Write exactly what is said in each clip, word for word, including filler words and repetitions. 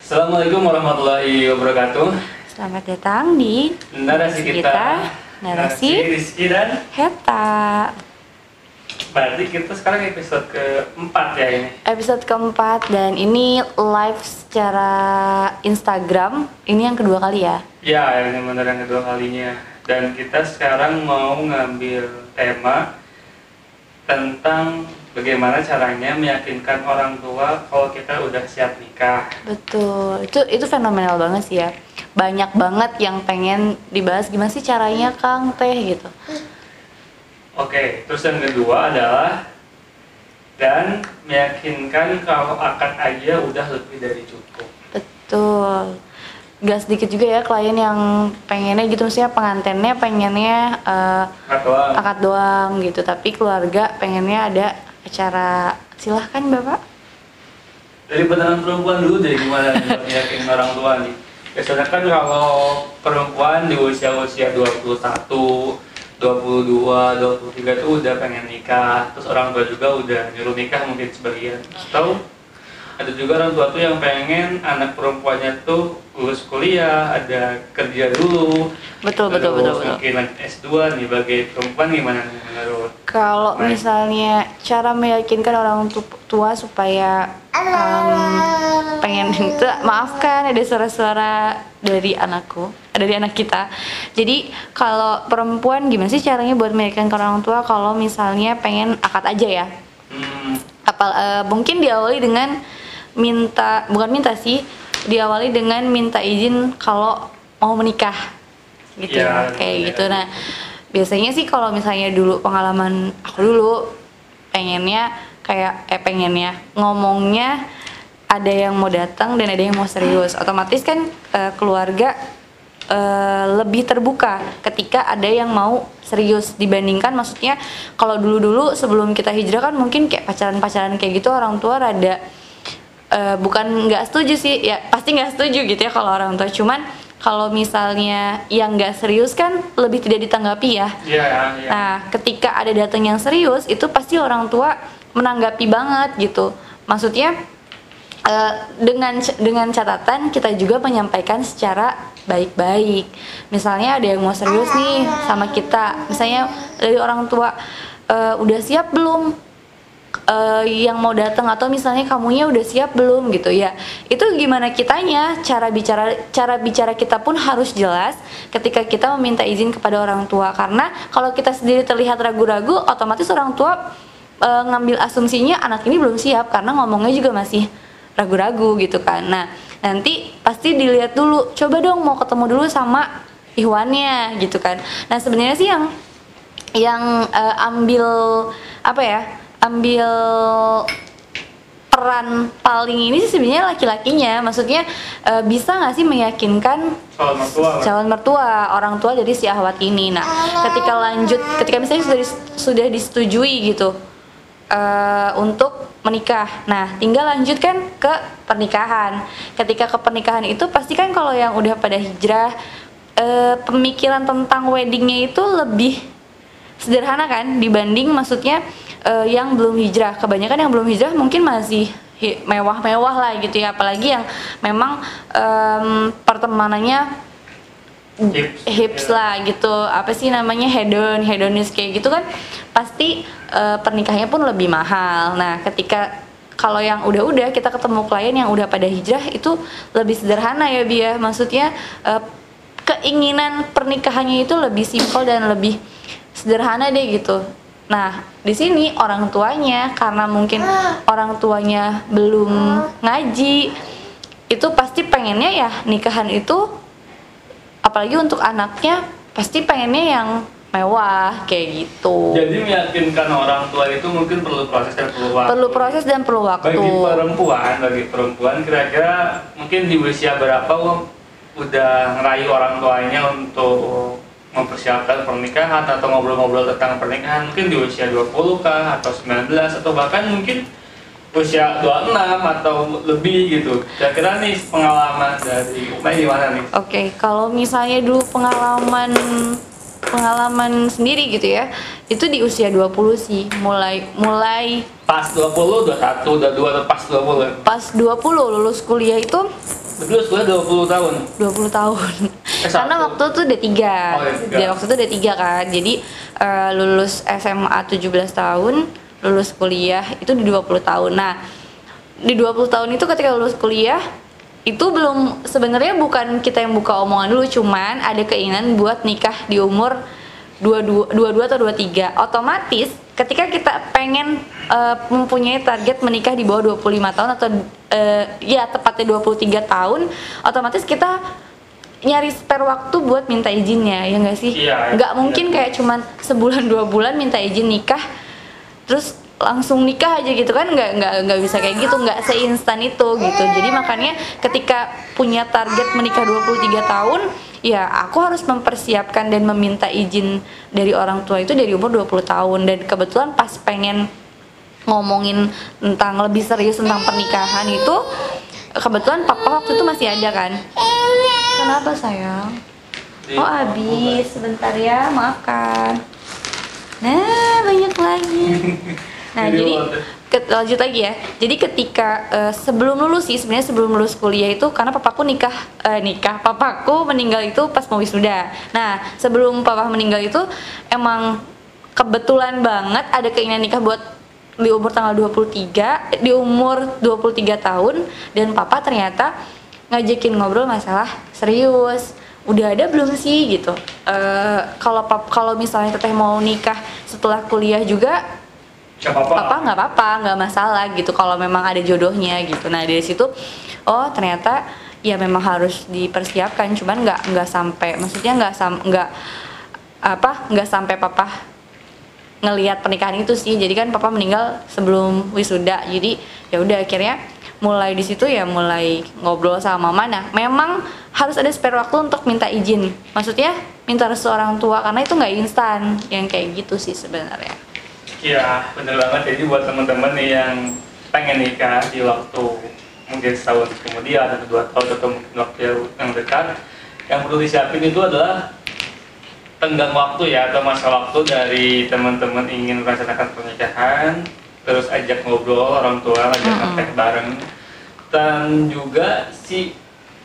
Assalamualaikum warahmatullahi wabarakatuh. Selamat datang di Narasi kita, Narasi Rizky dan Heta. Berarti kita sekarang episode keempat ya ini. Episode keempat dan ini live secara Instagram. Ini yang kedua kali ya? Ya, ini benar yang kedua kalinya. Dan kita sekarang mau ngambil tema tentang bagaimana caranya meyakinkan orang tua kalau kita udah siap nikah. Betul, itu itu fenomenal banget sih ya. Banyak banget yang pengen dibahas gimana sih caranya Kang Teh gitu. Oke, terus yang kedua adalah dan meyakinkan kalau akad aja udah lebih dari cukup. Betul. Gak sedikit juga ya klien yang pengennya gitu, maksudnya pengantinnya pengennya uh, akad doang. akad doang gitu, tapi keluarga pengennya ada acara. Silahkan Bapak. Dari pandangan perempuan dulu deh, gimana nih meyakinkan orang tua nih. Biasanya kan kalau perempuan di usia-usia dua puluh satu, dua puluh dua, dua puluh tiga tuh udah pengen nikah, terus orang tua juga udah nyuruh nikah mungkin sebagian. Atau ada juga orang tua tuh yang pengen anak perempuannya tuh lulus kuliah, ada kerja dulu. Betul, betul, betul, betul. Mungkin lanjut S dua nih, bagi perempuan gimana nih menurut? Kalau Baik. Misalnya cara meyakinkan orang tu- tua supaya um, pengen itu, maafkan ada suara-suara dari anakku, dari anak kita. Jadi kalau perempuan gimana sih caranya buat meyakinkan orang tua kalau misalnya pengen akad aja ya? Hmm, Apal, uh, mungkin diawali dengan minta, bukan minta sih, diawali dengan minta izin kalau mau menikah gitu Ya, ya, kayak ya. gitu. Nah biasanya sih kalau misalnya dulu pengalaman aku dulu pengennya kayak eh pengennya ngomongnya ada yang mau datang dan ada yang mau serius, otomatis kan eh, keluarga eh, lebih terbuka ketika ada yang mau serius dibandingkan, maksudnya kalau dulu-dulu sebelum kita hijrah kan mungkin kayak pacaran-pacaran kayak gitu orang tua rada uh, bukan nggak setuju sih ya, pasti nggak setuju gitu ya kalau orang tua, cuman kalau misalnya yang nggak serius kan lebih tidak ditanggapi ya. Iya, ya. Nah ketika ada datang yang serius itu pasti orang tua menanggapi banget gitu, maksudnya uh, dengan dengan catatan kita juga menyampaikan secara baik-baik. Misalnya ada yang mau serius nih sama kita, misalnya dari orang tua, uh, udah siap belum Uh, yang mau datang, atau misalnya kamunya udah siap belum gitu ya, itu gimana kitanya, cara bicara cara bicara kita pun harus jelas ketika kita meminta izin kepada orang tua, karena kalau kita sendiri terlihat ragu-ragu otomatis orang tua uh, ngambil asumsinya anak ini belum siap karena ngomongnya juga masih ragu-ragu gitu kan. Nah nanti pasti dilihat dulu, coba dong mau ketemu dulu sama ihwannya gitu kan. Nah sebenarnya sih yang yang uh, ambil apa ya ambil peran paling ini sih sebenarnya laki-lakinya, maksudnya e, bisa nggak sih meyakinkan Calon mertua. calon mertua, orang tua dari si ahwat ini. Nah ketika lanjut, ketika misalnya sudah dis- sudah disetujui gitu e, untuk menikah, nah tinggal lanjutkan ke pernikahan. Ketika ke pernikahan itu pasti kan kalau yang udah pada hijrah, e, pemikiran tentang weddingnya itu lebih sederhana kan dibanding maksudnya uh, yang belum hijrah. Kebanyakan yang belum hijrah mungkin masih hi- mewah-mewah lah gitu ya, apalagi yang memang um, pertemanannya Hips. hips lah gitu, apa sih namanya, hedon hedonis kayak gitu kan, pasti uh, pernikahannya pun lebih mahal. Nah ketika kalau yang udah-udah kita ketemu klien yang udah pada hijrah itu lebih sederhana ya Bia, maksudnya uh, keinginan pernikahannya itu lebih simpel dan lebih sederhana deh gitu. Nah di sini orang tuanya, karena mungkin orang tuanya belum ngaji, itu pasti pengennya ya nikahan itu, apalagi untuk anaknya pasti pengennya yang mewah kayak gitu. Jadi meyakinkan orang tua itu mungkin perlu proses dan perlu waktu. Perlu proses dan perlu waktu. Bagi perempuan, bagi perempuan kira-kira mungkin di usia berapa udah ngerayu orang tuanya untuk mempersiapkan pernikahan atau ngobrol-ngobrol tentang pernikahan, mungkin di usia dua puluh kah atau sembilan belas atau bahkan mungkin usia dua puluh enam atau lebih gitu. Kira-kira nih pengalaman dari Umay gimana nih? Oke, okay, kalau misalnya dulu pengalaman pengalaman sendiri gitu ya, itu di usia dua puluh sih, mulai mulai Pas dua puluh, dua puluh satu, dua puluh dua atau pas dua puluh? pas dua puluh lulus kuliah itu Berdua sekolah dua puluh tahun. dua puluh tahun. S satu. Karena waktu itu D tiga. Oh, D tiga. Dia waktu itu D tiga kan. Jadi eh, lulus S M A tujuh belas tahun, lulus kuliah itu di dua puluh tahun. Nah, di dua puluh tahun itu ketika lulus kuliah itu belum, sebenarnya bukan kita yang buka omongan dulu, cuman ada keinginan buat nikah di umur dua puluh dua, dua puluh dua atau dua puluh tiga. Otomatis ketika kita pengen uh, mempunyai target menikah di bawah dua puluh lima tahun atau uh, ya tepatnya dua puluh tiga tahun, otomatis kita nyari spare waktu buat minta izinnya, ya nggak sih? Iya, nggak iya. mungkin kayak cuman sebulan dua bulan minta izin nikah terus langsung nikah aja gitu kan, nggak nggak nggak bisa kayak gitu, nggak seinstan itu gitu. Jadi makanya ketika punya target menikah dua puluh tiga tahun, ya aku harus mempersiapkan dan meminta izin dari orang tua itu dari umur dua puluh tahun. Dan kebetulan pas pengen ngomongin tentang lebih serius tentang pernikahan itu, kebetulan papa waktu itu masih ada kan. Kenapa sayang? Oh habis, sebentar ya, maafkan. Nah banyak lagi. Nah jadi ke, lanjut lagi ya. Jadi ketika uh, sebelum lulus sih, sebenarnya sebelum lulus kuliah itu karena papaku nikah uh, nikah papaku meninggal itu pas mau wisuda. Nah sebelum papa meninggal itu emang kebetulan banget ada keinginan nikah buat di umur tanggal dua puluh tiga, di umur dua puluh tiga tahun, dan papa ternyata ngajakin ngobrol masalah serius. Udah ada belum sih gitu. Uh, kalau pap kalau misalnya teteh mau nikah setelah kuliah juga, Gak apa-apa. papa nggak apa-apa, nggak masalah gitu kalau memang ada jodohnya gitu. Nah dari situ, oh ternyata ya memang harus dipersiapkan, cuman nggak nggak sampai, maksudnya nggak sam nggak apa nggak sampai papa ngelihat pernikahan itu sih. Jadi kan papa meninggal sebelum wisuda, jadi ya udah akhirnya mulai di situ ya mulai ngobrol sama mama. Nah memang harus ada spare waktu untuk minta izin, maksudnya minta restu orang tua, karena itu nggak instan yang kayak gitu sih sebenarnya. Iya, bener banget. Jadi buat teman-teman nih yang pengen nikah di waktu mungkin setahun kemudian atau dua tahun atau mungkin waktu yang dekat, yang perlu disiapin itu adalah tenggang waktu ya, atau masa waktu dari teman-teman ingin melaksanakan pernikahan, terus ajak ngobrol orang tua, ajak Mm-mm. ngeteh bareng, dan juga si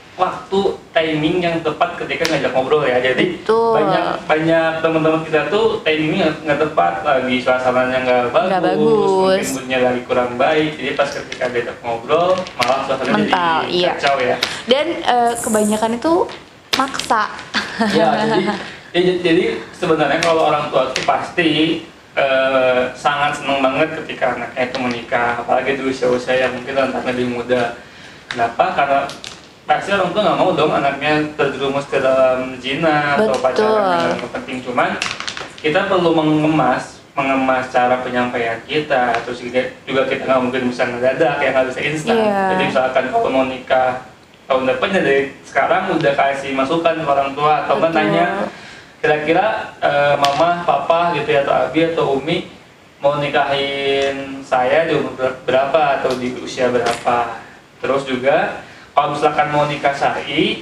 waktu timing yang tepat ketika ngajak ngobrol ya. Jadi Betul. banyak banyak teman-teman kita tuh timingnya nggak tepat, lagi suasananya nggak bagus, Nggak bagus. mungkin moodnya lagi kurang baik, jadi pas ketika diajak ngobrol malah suasananya Mental, jadi iya. kacau ya. Dan eh, kebanyakan itu maksa. Ya, jadi ya, j- jadi sebenarnya kalau orang tua tuh pasti eh, sangat senang banget ketika anaknya itu menikah, apalagi di usia-usia yang mungkin rentang lebih muda. Kenapa? Karena pasti orang tua nggak mau dong anaknya terjerumus ke dalam zina atau Betul. pacaran yang nggak penting. Cuman kita perlu mengemas mengemas cara penyampaian kita, terus juga juga kita nggak mungkin bisa ngedadak ya, nggak bisa instan. Iya. Jadi misalkan kalau mau nikah tahun depan ya dari sekarang udah kasih masukan ke orang tua atau kan Betul. nanya kira-kira eh, mama, papa gitu ya, atau abi atau umi mau nikahin saya di umur ber- berapa atau di usia berapa. Terus juga kalau misalkan mau nikah syar'i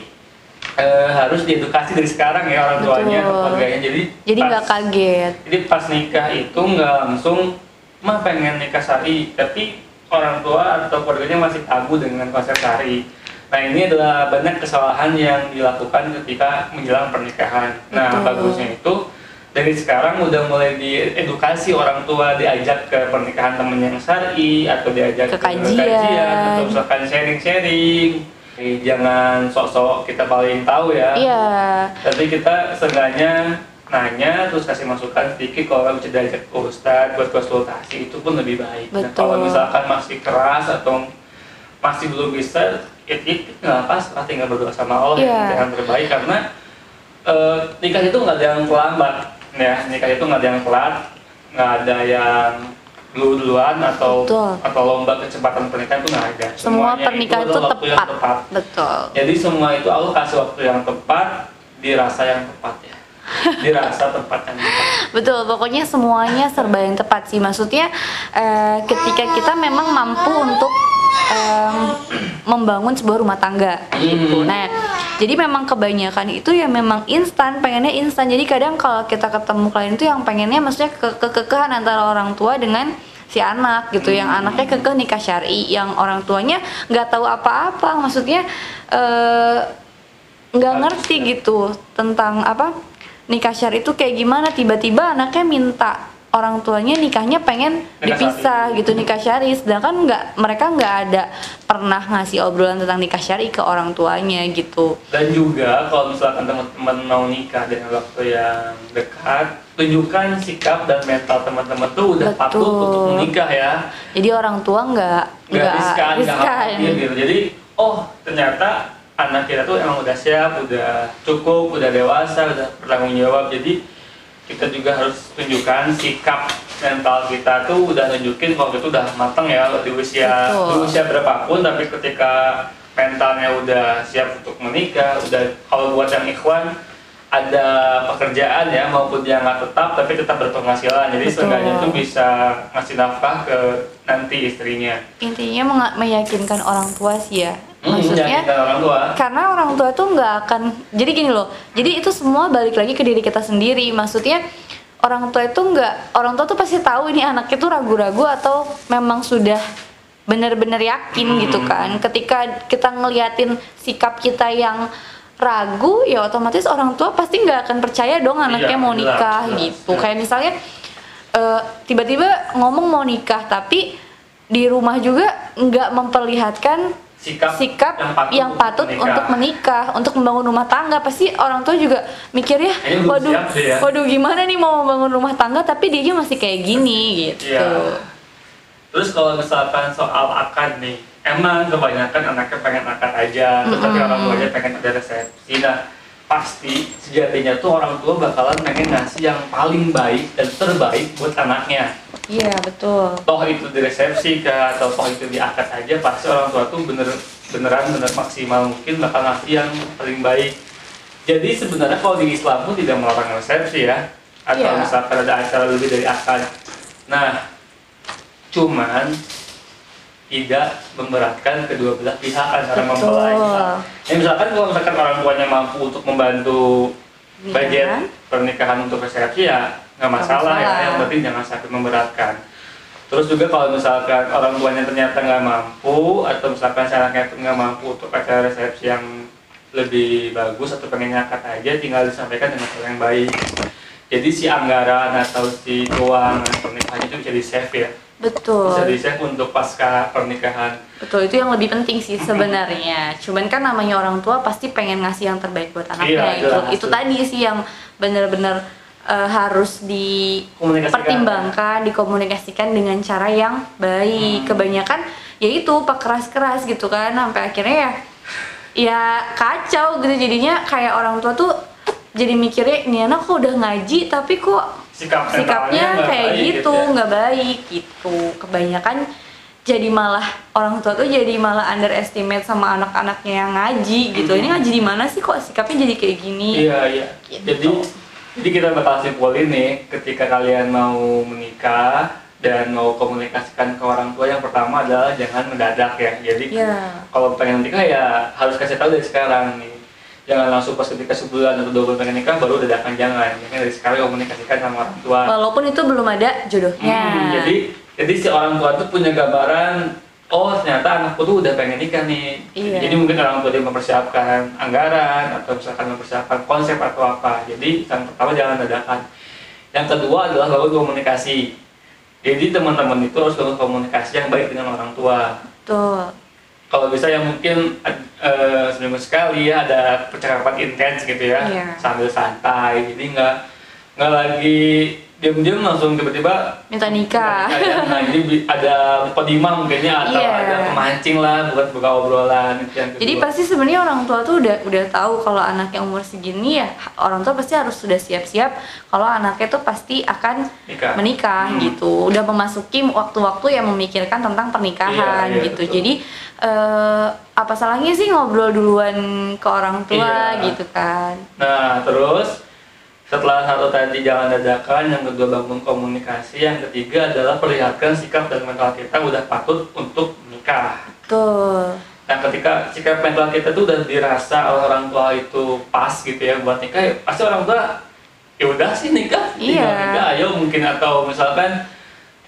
eh, harus diedukasi dari sekarang ya orang tuanya ke Betul. keluarganya. Jadi Jadi pas- nggak kaget. jadi pas nikah itu nggak langsung mah pengen nikah syar'i, tapi orang tua atau keluarganya masih tabu dengan konsep syar'i. Nah ini adalah banyak kesalahan yang dilakukan ketika menjelang pernikahan. Nah Betul. bagusnya itu dari sekarang udah mulai diedukasi orang tua, diajak ke pernikahan temen yang syar'i atau diajak Ke kajian. atau misalkan sharing-sharing. Eh, jangan sok-sok kita paling tahu ya. Iya. Tapi kita seenggaknya nanya terus kasih masukan sedikit. Kalau bisa diajak ke ustadz buat konsultasi itu pun lebih baik. Nah, Betul. kalau misalkan masih keras atau masih belum bisa, it it nggak pas, pasti nggak berdoa sama Allah Iya. yang yang terbaik. Karena eh, nikah itu nggak ada yang terlambat ya, nikah itu nggak ada yang telat, nggak ada yang dulu-duluan atau Betul. atau lomba kecepatan pernikahan itu nggak ada. Semua Semuanya pernikahan itu adalah waktu yang tepat. tepat. Betul. Jadi semua itu Allah kasih waktu yang tepat, dirasa yang tepat ya. Dirasa tepat yang tepat. Betul, pokoknya semuanya serba yang tepat sih. Maksudnya eh, ketika kita memang mampu untuk em, membangun sebuah rumah tangga gitu. Hmm. Nah, jadi memang kebanyakan itu ya memang instan, pengennya instan. Jadi kadang kalau kita ketemu klien itu yang pengennya maksudnya ke kekekehan antara orang tua dengan si anak gitu, yang anaknya kekeh nikah syar'i, yang orang tuanya nggak tahu apa-apa, maksudnya eh, nggak ngerti gitu tentang apa nikah syar'i itu kayak gimana, tiba-tiba anaknya minta orang tuanya nikahnya pengen Nikah dipisah gitu, nikah syar'i, sedangkan nggak, mereka nggak ada pernah ngasih obrolan tentang nikah syar'i ke orang tuanya gitu. Dan juga kalau misalkan teman-teman mau nikah dengan waktu yang dekat, tunjukkan sikap dan mental teman-teman tuh udah Betul. patut untuk menikah ya. Jadi orang tua nggak Nggak riskan, nggak riskan. khawatir gitu. Jadi oh ternyata anak kita tuh emang udah siap, udah cukup, udah dewasa, udah bertanggung jawab. Jadi kita juga harus tunjukkan sikap mental kita tuh udah nunjukin kalau itu udah mateng ya di usia Betul. di usia berapapun, tapi ketika mentalnya udah siap untuk menikah, udah kalau buat yang ikhwan ada pekerjaan ya maupun yang nggak tetap tapi tetap berpenghasilan, jadi Betul. seenggaknya tuh bisa ngasih nafkah ke nanti istrinya. Intinya menga- meyakinkan orang tua sih ya, Hmm, maksudnya meyakinkan orang tua. karena orang tua tuh nggak akan, jadi gini loh, jadi itu semua balik lagi ke diri kita sendiri, maksudnya orang tua itu nggak, orang tua tuh pasti tahu ini anaknya tuh ragu-ragu atau memang sudah benar-benar yakin Hmm. gitu kan. Ketika kita ngeliatin sikap kita yang ragu, ya otomatis orang tua pasti nggak akan percaya dong anaknya Iya, mau jelas, nikah jelas, gitu. jelas. Kayak misalnya eh, tiba-tiba ngomong mau nikah tapi di rumah juga nggak memperlihatkan Sikap, sikap yang patut, yang patut untuk untuk menikah, untuk membangun rumah tangga, pasti orang tua juga mikir ya, Kayaknya belum waduh, siap deh ya. waduh gimana nih mau membangun rumah tangga tapi dia masih kayak gini gitu. Iya. Terus kalau misalkan soal akad nih, emang kebanyakan anaknya pengen akad aja, terus tapi Mm-mm. orang tuanya pengen ada resepsi. Nah, pasti sejatinya tuh orang tua bakalan pengen ngasih yang paling baik dan terbaik buat anaknya. Iya betul. Toh itu di resepsi kah, atau toh itu di akad aja, pasti orang tua tuh bener beneran bener maksimal mungkin bakal ngasih yang paling baik. Jadi sebenarnya kalau di Islam pun tidak melarang resepsi ya, atau Iya. misalkan ada acara lebih dari akad. Nah, cuman tidak memberatkan kedua belah pihak antara Betul. mempelai. Ya, misalkan kalau misalkan orang tuanya mampu untuk membantu budget Nikahan. pernikahan untuk resepsi ya nggak masalah, Nggak ya, masalah. yang penting jangan sampai memberatkan. Terus juga kalau misalkan orang tuanya ternyata nggak mampu, atau misalkan si anaknya itu nggak mampu untuk acara resepsi yang lebih bagus atau pengen nyakat aja, tinggal disampaikan dengan cara yang baik. Jadi si anggaran atau si keuangan pernikahannya itu bisa di save ya, Betul. bisa di save untuk pasca pernikahan. Betul, itu yang lebih penting sih sebenarnya. Cuman kan namanya orang tua pasti pengen ngasih yang terbaik buat anaknya. Iya, itu jelas. itu tadi sih yang benar-benar eh, harus Komunikasikan. dipertimbangkan, dikomunikasikan dengan cara yang baik. Hmm. Kebanyakan yaitu pak keras-keras gitu kan, sampai akhirnya ya ya kacau gitu, jadinya kayak orang tua tuh jadi mikirnya ini anak kok udah ngaji tapi kok Sikap sikapnya mentalnya nggak kayak baik gitu, ya. nggak baik gitu. Kebanyakan jadi malah orang tua tuh jadi malah underestimate sama anak-anaknya yang ngaji gitu. Ini ngaji di mana sih kok sikapnya jadi kayak gini? Iya, iya. Gitu. Jadi jadi kita bakal simpulin nih, ketika kalian mau menikah dan mau komunikasikan ke orang tua, yang pertama adalah jangan mendadak ya. Jadi Ya. kalau pengen nikah ya harus kasih tahu dari sekarang nih. Jangan langsung pas ketika sebulan atau dua bulan pengen nikah baru dadakan, jangan. Jangan dari sekarang komunikasikan sama orang tua. Walaupun itu belum ada jodohnya. Hmm, jadi jadi si orang tua tuh punya gambaran, oh ternyata anakku tuh udah pengen nikah nih. Iya. Jadi mungkin orang tua dia mempersiapkan anggaran atau misalkan mempersiapkan konsep atau apa. Jadi yang pertama jangan dadakan. Yang kedua adalah lakukan komunikasi. Jadi teman-teman itu harus lakukan komunikasi yang baik dengan orang tua. Tuh. Kalau bisa yang mungkin eh, seminggu sekali ya ada percakapan intens gitu ya, Iya. sambil santai. Jadi nggak nggak lagi diam-diam langsung tiba-tiba Minta nikah. ya. Nah ini bi- ada kodima mungkinnya atau Iya. ada pemancing lah buat buka obrolan itu yang kedua. Jadi pasti sebenarnya orang tua tuh udah udah tahu kalau anaknya umur segini ya orang tua pasti harus sudah siap-siap kalau anaknya tuh pasti akan Nikah. menikah Hmm. gitu. Udah memasuki waktu-waktu yang memikirkan tentang pernikahan Iya, iya, gitu. betul. Jadi eh, apa salahnya sih ngobrol duluan ke orang tua Iya. gitu kan? Nah terus setelah satu tadi jangan dadakan, yang kedua bangun komunikasi, yang ketiga adalah perlihatkan sikap dan mental kita udah patut untuk menikah. Tuh. Nah ketika sikap mental kita tuh udah dirasa oleh orang tua itu pas gitu ya buat nikah, ya pasti orang tua ya udah sih nikah, tinggal Iya. nikah ayo mungkin, atau misalkan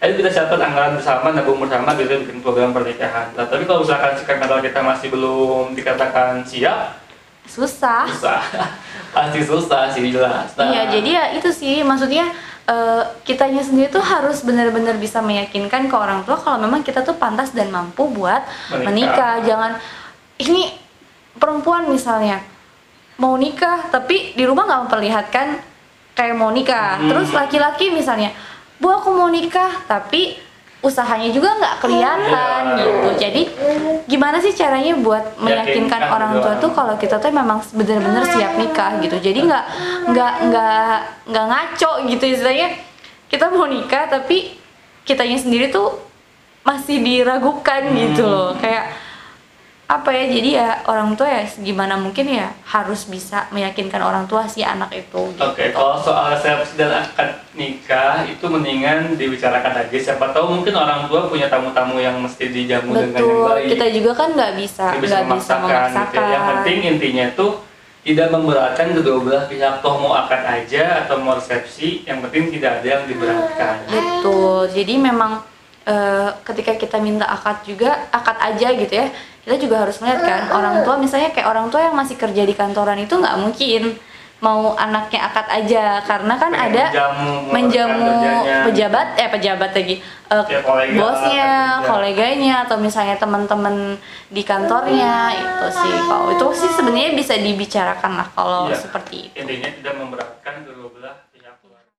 ayo kita catat anggaran bersama, nabung bersama, gitu bikin program pernikahan. Nah, tapi kalau misalkan sekadar kita masih belum dikatakan siap, susah. Susah, pasti susah sih jelas. Nah, iya, jadi ya itu sih maksudnya uh, kitanya sendiri tuh harus benar-benar bisa meyakinkan ke orang tua kalau memang kita tuh pantas dan mampu buat menikah. menikah. Jangan ini perempuan misalnya mau nikah tapi di rumah nggak memperlihatkan kayak mau nikah. Hmm. Terus laki-laki misalnya, bu aku mau nikah tapi usahanya juga nggak kelihatan ya, gitu. Jadi gimana sih caranya buat meyakinkan Yakinkan orang tua tuh kalau kita tuh memang benar-benar siap nikah gitu. Jadi nggak nggak nggak nggak ngaco gitu istilahnya. Kita mau nikah tapi kitanya sendiri tuh masih diragukan hmm. gitu loh. Kayak apa ya, jadi ya orang tua ya gimana mungkin ya harus bisa meyakinkan orang tua si anak itu gitu. Oke, kalau soal resepsi dan akad nikah itu mendingan dibicarakan aja, siapa tahu mungkin orang tua punya tamu-tamu yang mesti dijamu Betul, dengan yang baik. Kita juga kan nggak bisa nggak bisa memaksakan, memaksakan. Gitu. Yang penting intinya tuh tidak memberatkan kedua belah pihak, toh mau akad aja atau mau resepsi, yang penting tidak ada yang diberatkan. Betul, jadi memang Uh, ketika kita minta akad juga, akad aja gitu ya, kita juga harus melihat kan orang tua, misalnya kayak orang tua yang masih kerja di kantoran itu nggak mungkin mau anaknya akad aja, karena kan Pengen ada menjamu, menjamu pejabat eh pejabat lagi uh, ya, kolega, bosnya, koleganya atau misalnya teman-teman di kantornya. Itu sih kalau itu sih sebenarnya bisa dibicarakan lah kalau ya, seperti itu. Intinya tidak memberatkan.